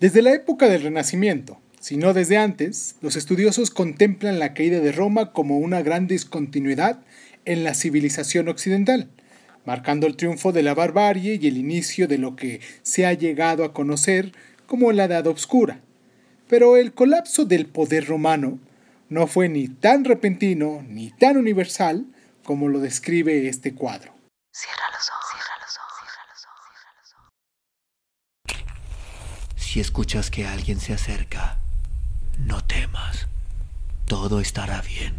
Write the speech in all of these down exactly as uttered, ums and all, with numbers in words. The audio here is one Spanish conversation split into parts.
Desde la época del Renacimiento, si no desde antes, los estudiosos contemplan la caída de Roma como una gran discontinuidad en la civilización occidental, marcando el triunfo de la barbarie y el inicio de lo que se ha llegado a conocer como la Edad Oscura. Pero el colapso del poder romano no fue ni tan repentino ni tan universal como lo describe este cuadro. Cierra los ojos, cierra los ojos, cierra los ojos, cierra los ojos. Si escuchas que alguien se acerca, no temas. Todo estará bien.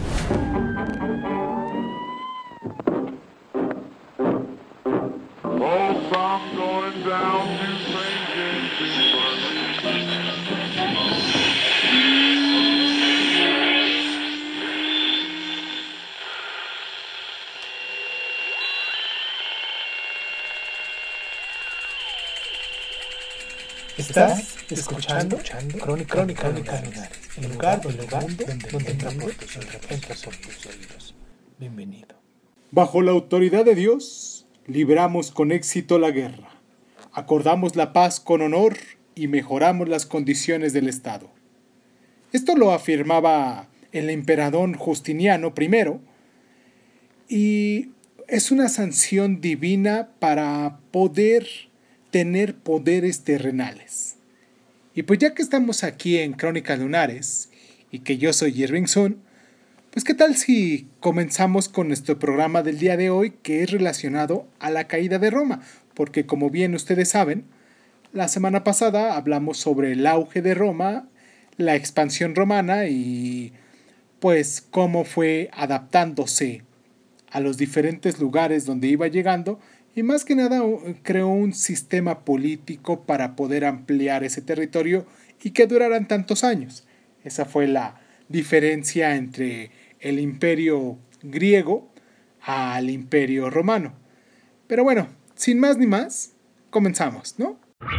Estás escuchando, escuchando Crónica, Crónica, Crónica Lunares, el lugar, el lugar donde, donde entra por tus oídos, entra por tus oídos. Bienvenido. Bajo la autoridad de Dios, libramos con éxito la guerra, acordamos la paz con honor y mejoramos las condiciones del Estado. Esto lo afirmaba el emperador Justiniano primero, y es una sanción divina para poder tener poderes terrenales. Y pues ya que estamos aquí en Crónicas Lunares y que yo soy Irving Sun, pues qué tal si comenzamos con nuestro programa del día de hoy, que es relacionado a la caída de Roma, porque como bien ustedes saben, la semana pasada hablamos sobre el auge de Roma, la expansión romana y pues cómo fue adaptándose a los diferentes lugares donde iba llegando. Y más que nada creó un sistema político para poder ampliar ese territorio y que duraran tantos años. Esa fue la diferencia entre el imperio griego al imperio romano. Pero bueno, sin más ni más, comenzamos, ¿no?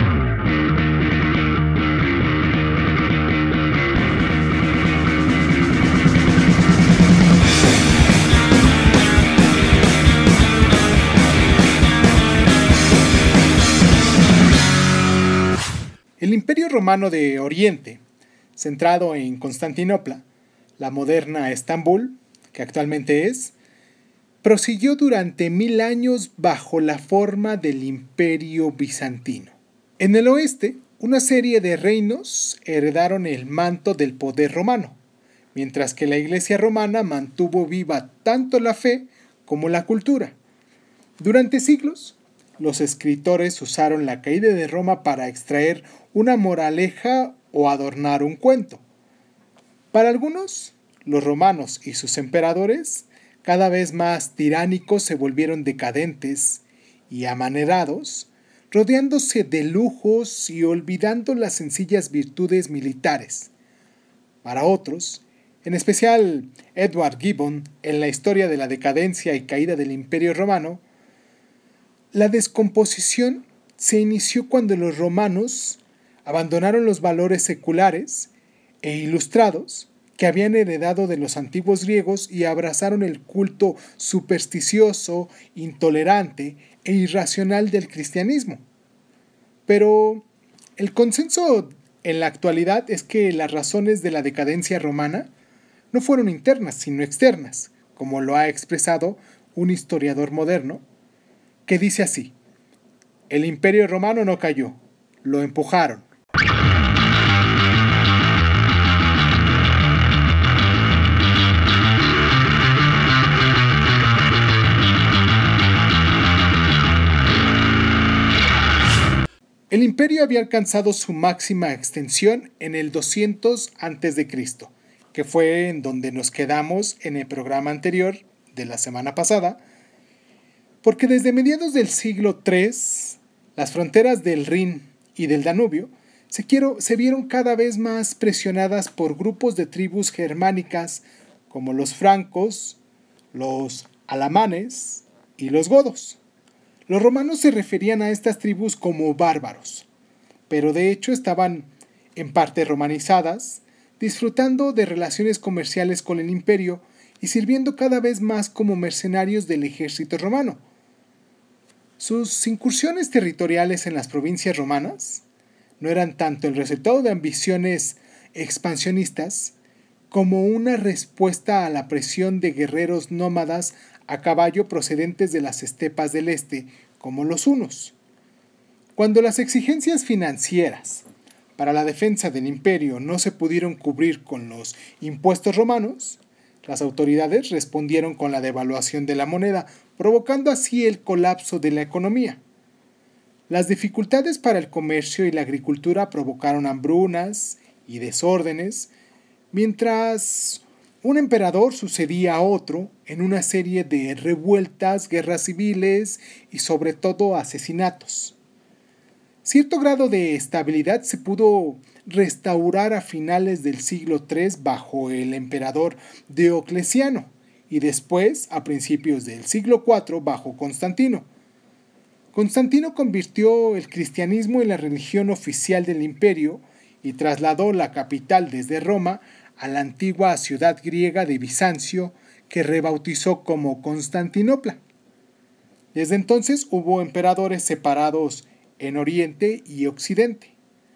El Imperio Romano de Oriente, centrado en Constantinopla, la moderna Estambul, que actualmente es, prosiguió durante mil años bajo la forma del Imperio Bizantino. En el oeste, una serie de reinos heredaron el manto del poder romano, mientras que la Iglesia romana mantuvo viva tanto la fe como la cultura. Durante siglos, los escritores usaron la caída de Roma para extraer una moraleja o adornar un cuento. Para algunos, los romanos y sus emperadores, cada vez más tiránicos, se volvieron decadentes y amanerados, rodeándose de lujos y olvidando las sencillas virtudes militares. Para otros, en especial Edward Gibbon, en la historia de la decadencia y caída del Imperio Romano, la descomposición se inició cuando los romanos abandonaron los valores seculares e ilustrados que habían heredado de los antiguos griegos y abrazaron el culto supersticioso, intolerante e irracional del cristianismo. Pero el consenso en la actualidad es que las razones de la decadencia romana no fueron internas, sino externas, como lo ha expresado un historiador moderno, que dice así: el Imperio Romano no cayó, lo empujaron. El imperio había alcanzado su máxima extensión en el doscientos antes de Cristo, que fue en donde nos quedamos en el programa anterior de la semana pasada, porque desde mediados del siglo tercero, las fronteras del Rin y del Danubio se, quiero, se vieron cada vez más presionadas por grupos de tribus germánicas como los francos, los alamanes y los godos. Los romanos se referían a estas tribus como bárbaros, pero de hecho estaban en parte romanizadas, disfrutando de relaciones comerciales con el imperio y sirviendo cada vez más como mercenarios del ejército romano. Sus incursiones territoriales en las provincias romanas no eran tanto el resultado de ambiciones expansionistas como una respuesta a la presión de guerreros nómadas a caballo procedentes de las estepas del este, como los hunos. Cuando las exigencias financieras para la defensa del imperio no se pudieron cubrir con los impuestos romanos, las autoridades respondieron con la devaluación de la moneda, provocando así el colapso de la economía. Las dificultades para el comercio y la agricultura provocaron hambrunas y desórdenes, mientras un emperador sucedía a otro en una serie de revueltas, guerras civiles y sobre todo asesinatos. Cierto grado de estabilidad se pudo restaurar a finales del siglo tercero bajo el emperador Diocleciano y después a principios del siglo cuarto bajo Constantino. Constantino convirtió el cristianismo en la religión oficial del imperio y trasladó la capital desde Roma a la antigua ciudad griega de Bizancio, que rebautizó como Constantinopla. Desde entonces hubo emperadores separados en Oriente y Occidente.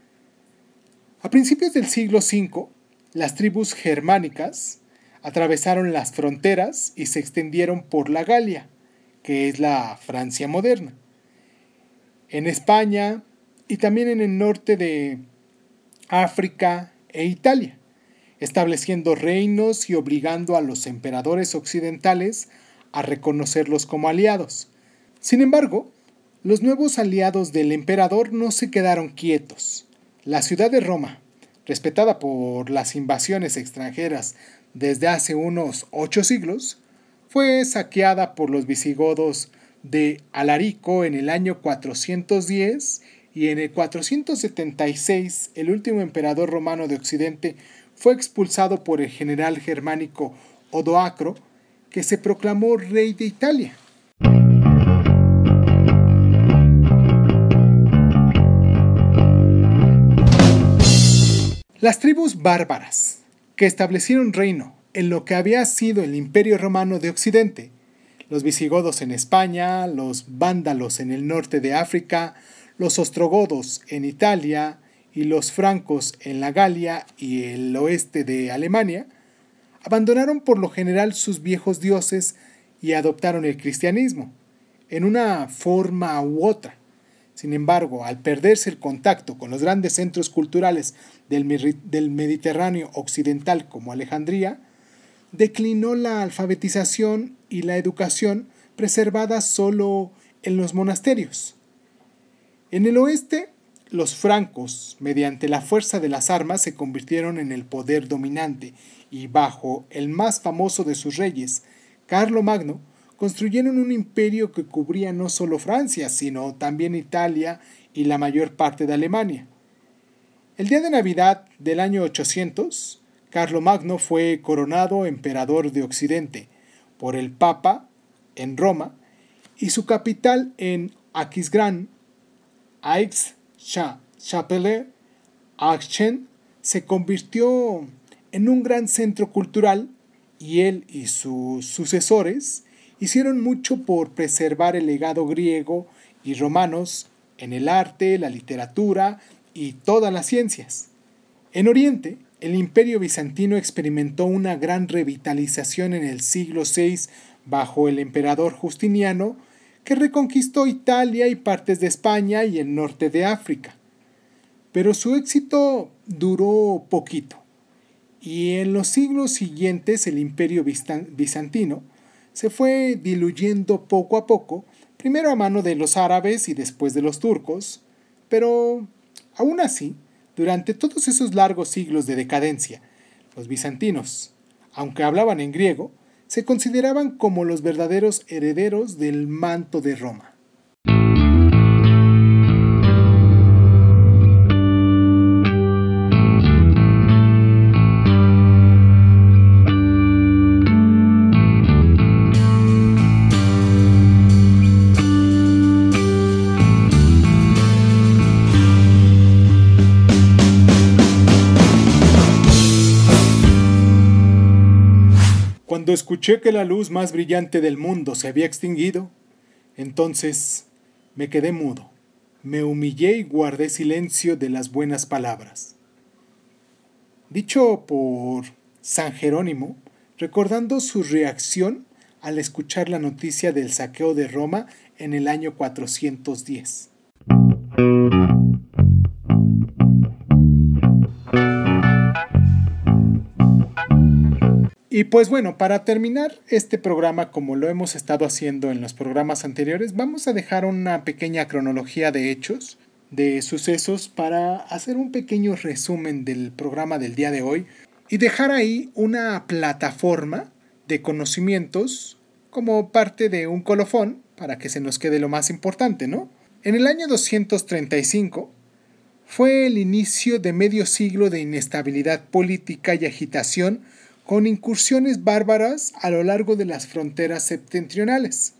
A principios del siglo cinco, las tribus germánicas atravesaron las fronteras y se extendieron por la Galia, que es la Francia moderna, en España y también en el norte de África e Italia, estableciendo reinos y obligando a los emperadores occidentales a reconocerlos como aliados. Sin embargo, los nuevos aliados del emperador no se quedaron quietos. La ciudad de Roma, respetada por las invasiones extranjeras desde hace unos ocho siglos, fue saqueada por los visigodos de Alarico en el año cuatrocientos diez y en el cuatrocientos setenta y seis el último emperador romano de Occidente fue expulsado por el general germánico Odoacro, que se proclamó rey de Italia. Las tribus bárbaras, que establecieron reino en lo que había sido el Imperio Romano de Occidente, los visigodos en España, los vándalos en el norte de África, los ostrogodos en Italia y los francos en la Galia y el oeste de Alemania, abandonaron por lo general sus viejos dioses y adoptaron el cristianismo, en una forma u otra. Sin embargo, al perderse el contacto con los grandes centros culturales del, del Mediterráneo occidental como Alejandría, declinó la alfabetización y la educación preservada solo en los monasterios. En el oeste, los francos, mediante la fuerza de las armas, se convirtieron en el poder dominante y bajo el más famoso de sus reyes, Carlomagno, construyeron un imperio que cubría no solo Francia, sino también Italia y la mayor parte de Alemania. El día de Navidad del año ochocientos, Carlomagno fue coronado emperador de Occidente por el Papa en Roma y su capital en Aquisgrán, Aix-la-Chapelle, Aachen, se convirtió en un gran centro cultural y él y sus sucesores hicieron mucho por preservar el legado griego y romanos en el arte, la literatura y todas las ciencias. En Oriente, el Imperio Bizantino experimentó una gran revitalización en el siglo seis bajo el emperador Justiniano, que reconquistó Italia y partes de España y el norte de África. Pero su éxito duró poquito, y en los siglos siguientes el Imperio Bizantino se fue diluyendo poco a poco, primero a mano de los árabes y después de los turcos, pero aún así, durante todos esos largos siglos de decadencia, los bizantinos, aunque hablaban en griego, se consideraban como los verdaderos herederos del manto de Roma. Cuando escuché que la luz más brillante del mundo se había extinguido, entonces me quedé mudo, me humillé y guardé silencio de las buenas palabras. Dicho por San Jerónimo, recordando su reacción al escuchar la noticia del saqueo de Roma en el año cuatrocientos diez. Y pues bueno, para terminar este programa, como lo hemos estado haciendo en los programas anteriores, vamos a dejar una pequeña cronología de hechos, de sucesos, para hacer un pequeño resumen del programa del día de hoy y dejar ahí una plataforma de conocimientos como parte de un colofón para que se nos quede lo más importante, ¿no? En el año doscientos treinta y cinco fue el inicio de medio siglo de inestabilidad política y agitación con incursiones bárbaras a lo largo de las fronteras septentrionales.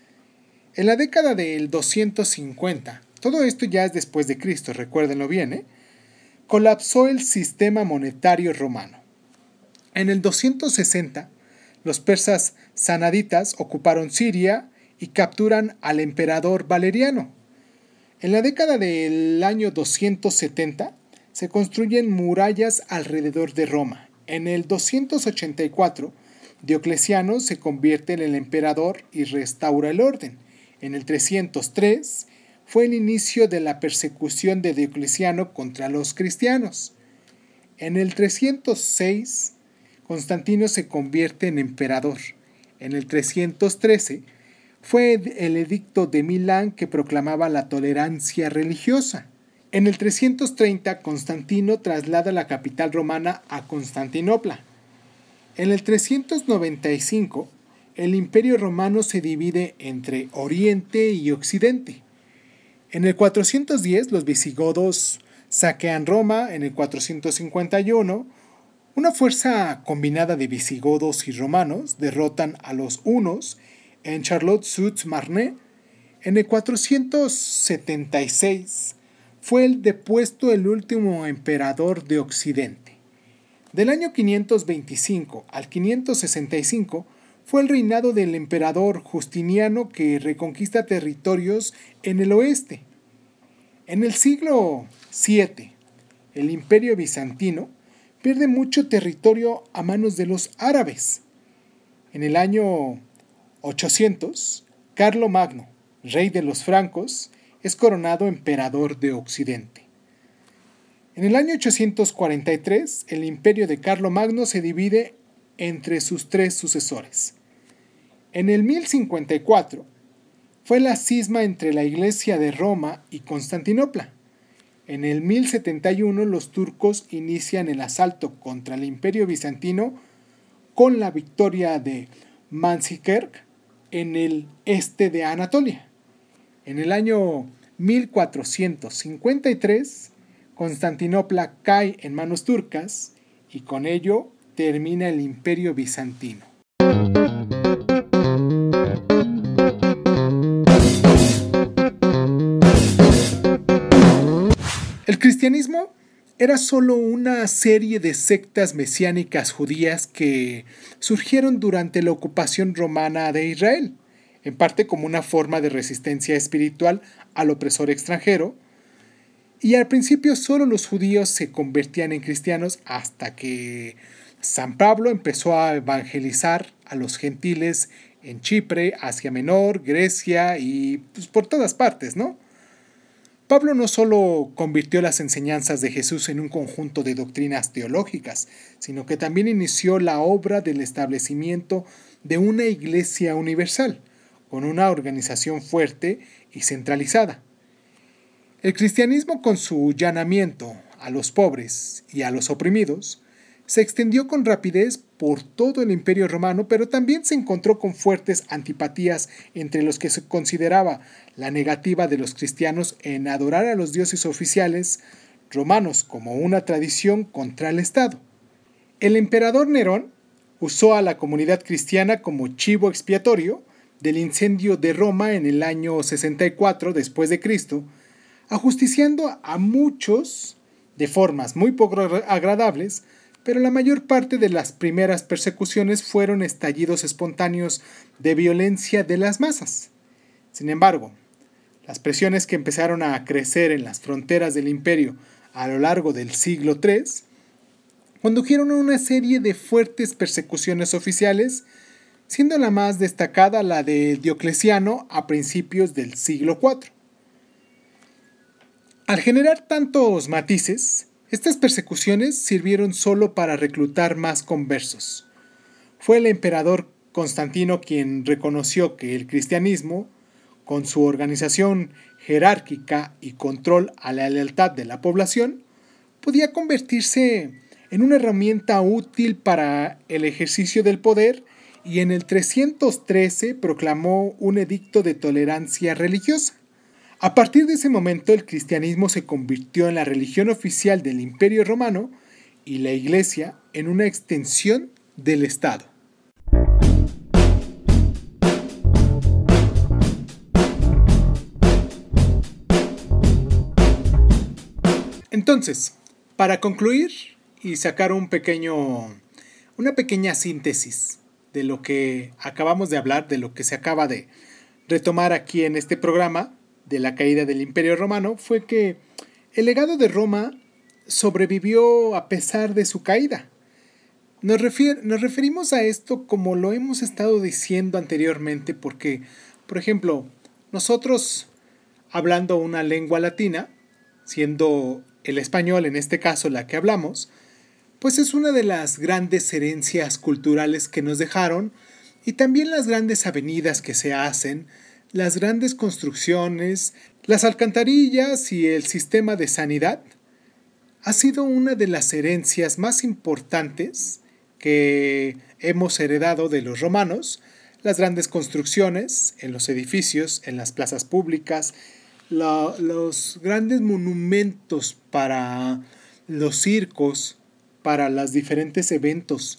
En la década del doscientos cincuenta, todo esto ya es después de Cristo, recuérdenlo bien, ¿eh? colapsó el sistema monetario romano. En el doscientos sesenta, los persas sanaditas ocuparon Siria y capturan al emperador Valeriano. En la década del año doscientos setenta, se construyen murallas alrededor de Roma. En el doscientos ochenta y cuatro, Diocleciano se convierte en el emperador y restaura el orden. En el trescientos tres, fue el inicio de la persecución de Diocleciano contra los cristianos. En el trescientos seis, Constantino se convierte en emperador. En el trescientos trece, fue el edicto de Milán que proclamaba la tolerancia religiosa. En el trescientos treinta, Constantino traslada la capital romana a Constantinopla. En el trescientos noventa y cinco, el Imperio Romano se divide entre Oriente y Occidente. En el cuatrocientos diez, los visigodos saquean Roma. En el cuatrocientos cincuenta y uno, una fuerza combinada de visigodos y romanos derrotan a los hunos en Charlotte-sur-Marne. En el cuatrocientos setenta y seis, fue el depuesto el último emperador de Occidente. Del año quinientos veinticinco al quinientos sesenta y cinco fue el reinado del emperador Justiniano, que reconquista territorios en el oeste. En el siglo siete, el Imperio Bizantino pierde mucho territorio a manos de los árabes. En el año ochocientos, Carlomagno, rey de los francos, es coronado emperador de Occidente. En el año ochocientos cuarenta y tres, el imperio de Carlomagno se divide entre sus tres sucesores. En el mil cincuenta y cuatro, fue la cisma entre la Iglesia de Roma y Constantinopla. En el mil setenta y uno, los turcos inician el asalto contra el imperio bizantino con la victoria de Manzikert en el este de Anatolia. En el año mil cuatrocientos cincuenta y tres, Constantinopla cae en manos turcas y con ello termina el Imperio Bizantino. El cristianismo era solo una serie de sectas mesiánicas judías que surgieron durante la ocupación romana de Israel, en parte como una forma de resistencia espiritual al opresor extranjero, y al principio solo los judíos se convertían en cristianos hasta que San Pablo empezó a evangelizar a los gentiles en Chipre, Asia Menor, Grecia y pues, por todas partes, ¿no? Pablo no solo convirtió las enseñanzas de Jesús en un conjunto de doctrinas teológicas, sino que también inició la obra del establecimiento de una iglesia universal, con una organización fuerte y centralizada. El cristianismo, con su llamamiento a los pobres y a los oprimidos, se extendió con rapidez por todo el Imperio Romano, pero también se encontró con fuertes antipatías entre los que se consideraba la negativa de los cristianos en adorar a los dioses oficiales romanos como una tradición contra el Estado. El emperador Nerón usó a la comunidad cristiana como chivo expiatorio del incendio de Roma en el año sesenta y cuatro después de Cristo, ajusticiando a muchos de formas muy poco agradables, pero la mayor parte de las primeras persecuciones fueron estallidos espontáneos de violencia de las masas. Sin embargo, Las presiones que empezaron a crecer en las fronteras del imperio a lo largo del siglo tercero condujeron a una serie de fuertes persecuciones oficiales, siendo la más destacada la de Diocleciano a principios del siglo cuarto. Al generar tantos matices, estas persecuciones sirvieron solo para reclutar más conversos. Fue el emperador Constantino quien reconoció que el cristianismo, con su organización jerárquica y control a la lealtad de la población, podía convertirse en una herramienta útil para el ejercicio del poder, y en el trescientos trece proclamó un edicto de tolerancia religiosa. A partir de ese momento el cristianismo se convirtió en la religión oficial del Imperio Romano y la Iglesia en una extensión del Estado. Entonces, para concluir y sacar un pequeño, una pequeña síntesis de lo que acabamos de hablar, de lo que se acaba de retomar aquí en este programa de la caída del Imperio Romano, fue que el legado de Roma sobrevivió a pesar de su caída. Nos, refier- nos referimos a esto como lo hemos estado diciendo anteriormente porque, por ejemplo, nosotros hablando una lengua latina, siendo el español en este caso la que hablamos, pues es una de las grandes herencias culturales que nos dejaron, y también las grandes avenidas que se hacen, las grandes construcciones, las alcantarillas y el sistema de sanidad, ha sido una de las herencias más importantes que hemos heredado de los romanos. Las grandes construcciones en los edificios, en las plazas públicas, la, los grandes monumentos para los circos, para los diferentes eventos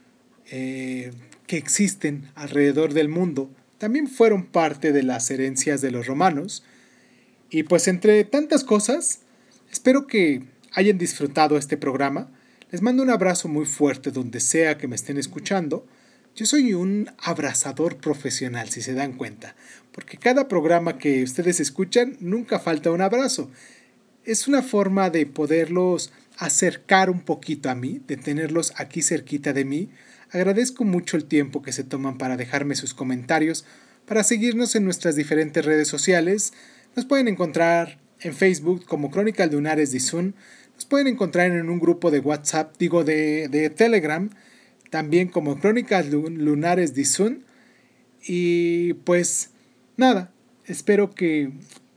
eh, que existen alrededor del mundo, también fueron parte de las herencias de los romanos. Y pues entre tantas cosas, espero que hayan disfrutado este programa. Les mando un abrazo muy fuerte donde sea que me estén escuchando. Yo soy un abrazador profesional, si se dan cuenta, porque cada programa que ustedes escuchan nunca falta un abrazo. Es una forma de poderlos acercar un poquito a mí, de tenerlos aquí cerquita de mí. Agradezco mucho el tiempo que se toman para dejarme sus comentarios, para seguirnos en nuestras diferentes redes sociales. Nos pueden encontrar en Facebook como Crónicas Lunares de Izun. Nos pueden encontrar en un grupo de WhatsApp, digo de, de Telegram, también como Crónicas Lunares de Izun. Y pues nada, espero que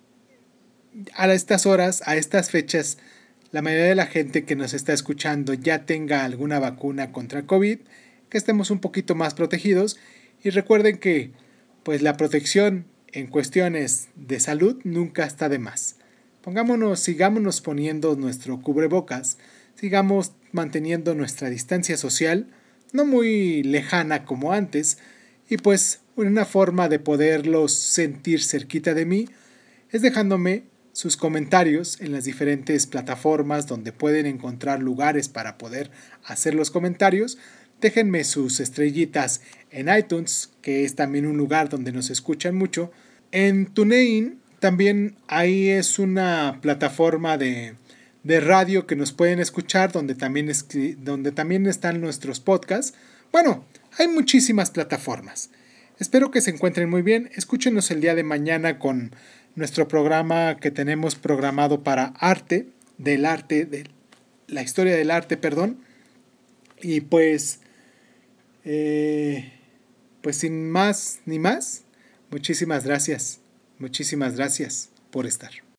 a estas horas, a estas fechas, la mayoría de la gente que nos está escuchando ya tenga alguna vacuna contra COVID, que estemos un poquito más protegidos. Y recuerden que pues la protección en cuestiones de salud nunca está de más. Pongámonos, sigámonos poniendo nuestro cubrebocas, sigamos manteniendo nuestra distancia social, no muy lejana como antes, y pues una forma de poderlos sentir cerquita de mí es dejándome sus comentarios en las diferentes plataformas donde pueden encontrar lugares para poder hacer los comentarios. Déjenme sus estrellitas en iTunes, que es también un lugar donde nos escuchan mucho. En TuneIn también ahí es una plataforma de, de radio que nos pueden escuchar, donde también, es, donde también están nuestros podcasts. Bueno, hay muchísimas plataformas. Espero que se encuentren muy bien. Escúchenos el día de mañana con nuestro programa que tenemos programado para arte, del arte, de la historia del arte, perdón. Y pues, eh, pues sin más ni más, muchísimas gracias, muchísimas gracias por estar.